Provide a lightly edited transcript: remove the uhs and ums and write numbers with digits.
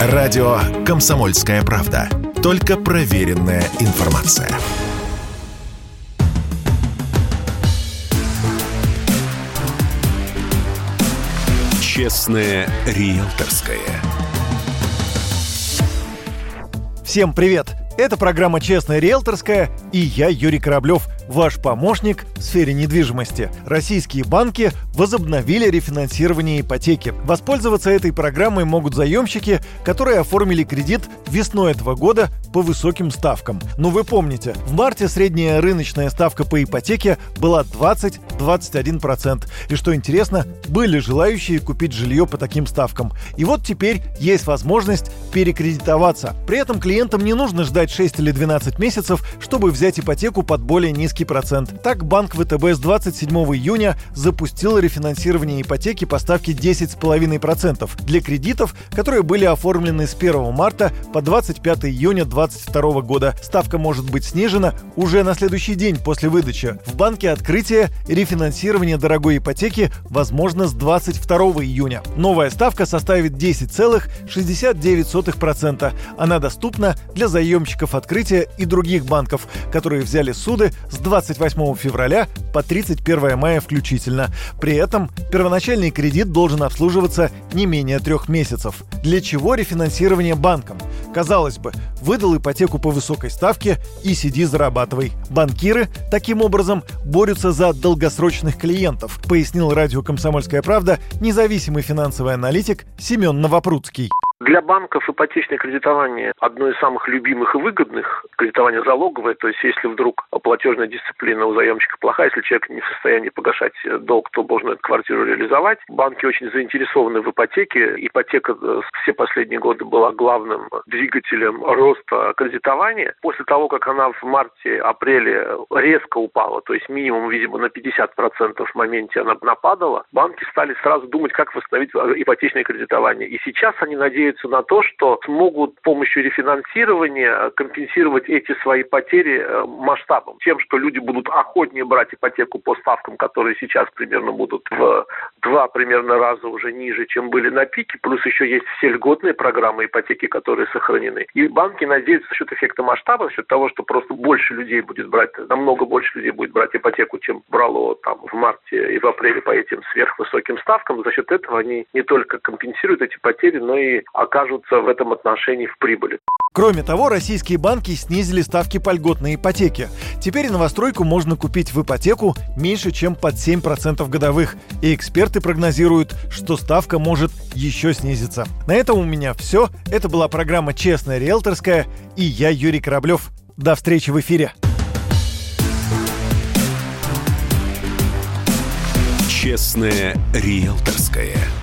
Радио «Комсомольская правда». Только проверенная информация. Честное риэлторское. Всем привет! Это программа «Честная риэлторская» и я, Юрий Кораблев, ваш помощник в сфере недвижимости. Российские банки возобновили рефинансирование ипотеки. Воспользоваться этой программой могут заемщики, которые оформили кредит весной этого года по высоким ставкам. Но вы помните, в марте средняя рыночная ставка по ипотеке была 20-21%. И что интересно, были желающие купить жилье по таким ставкам. И вот теперь есть возможность перекредитоваться. При этом клиентам не нужно ждать 6 или 12 месяцев, чтобы взять ипотеку под более низкий процент. Так, банк ВТБ с 27 июня запустил рефинансирование ипотеки по ставке 10,5% для кредитов, которые были оформлены с 1 марта по 25 июня 2022 года. Ставка может быть снижена уже на следующий день после выдачи. В банке «Открытие» рефинансирование дорогой ипотеки возможно с 22 июня. Новая ставка составит 10,69%. Она доступна для заемщиков «Открытия» и других банков, которые взяли суды с 28 февраля по 31 мая включительно. При этом первоначальный кредит должен обслуживаться не менее 3 месяцев. Для чего рефинансирование банкам? Казалось бы, выдал ипотеку по высокой ставке и сиди зарабатывай. Банкиры таким образом борются за долгосрочных клиентов, пояснил радио «Комсомольская правда» независимый финансовый аналитик Семен Новопрудский. Для банков ипотечное кредитование одно из самых любимых и выгодных. Кредитование залоговое, то есть если вдруг платежная дисциплина у заемщика плохая, если человек не в состоянии погашать долг, то должен эту квартиру реализовать. Банки очень заинтересованы в ипотеке. Ипотека все последние годы была главным двигателем роста кредитования. После того, как она в марте-апреле резко упала, то есть минимум, видимо, на 50% в моменте она нападала, банки стали сразу думать, как восстановить ипотечное кредитование. И сейчас они надеются на то, что смогут с помощью рефинансирования компенсировать эти свои потери масштабом. Тем, что люди будут охотнее брать ипотеку по ставкам, которые сейчас примерно будут в 2 примерно раза уже ниже, чем были на пике. Плюс еще есть все льготные программы ипотеки, которые сохранены. И банки надеются за счет эффекта масштаба, за счет того, что просто больше людей будет брать, намного больше людей будет брать ипотеку, чем брало там в марте и в апреле по этим сверхвысоким ставкам. За счет этого они не только компенсируют эти потери, но и окажутся в этом отношении в прибыли. Кроме того, российские банки снизили ставки по льготной ипотеке. Теперь новостройку можно купить в ипотеку меньше, чем под 7% годовых. И эксперты прогнозируют, что ставка может еще снизиться. На этом у меня все. Это была программа «Честная риэлторская» и я, Юрий Кораблев. До встречи в эфире. Честное риэлторское.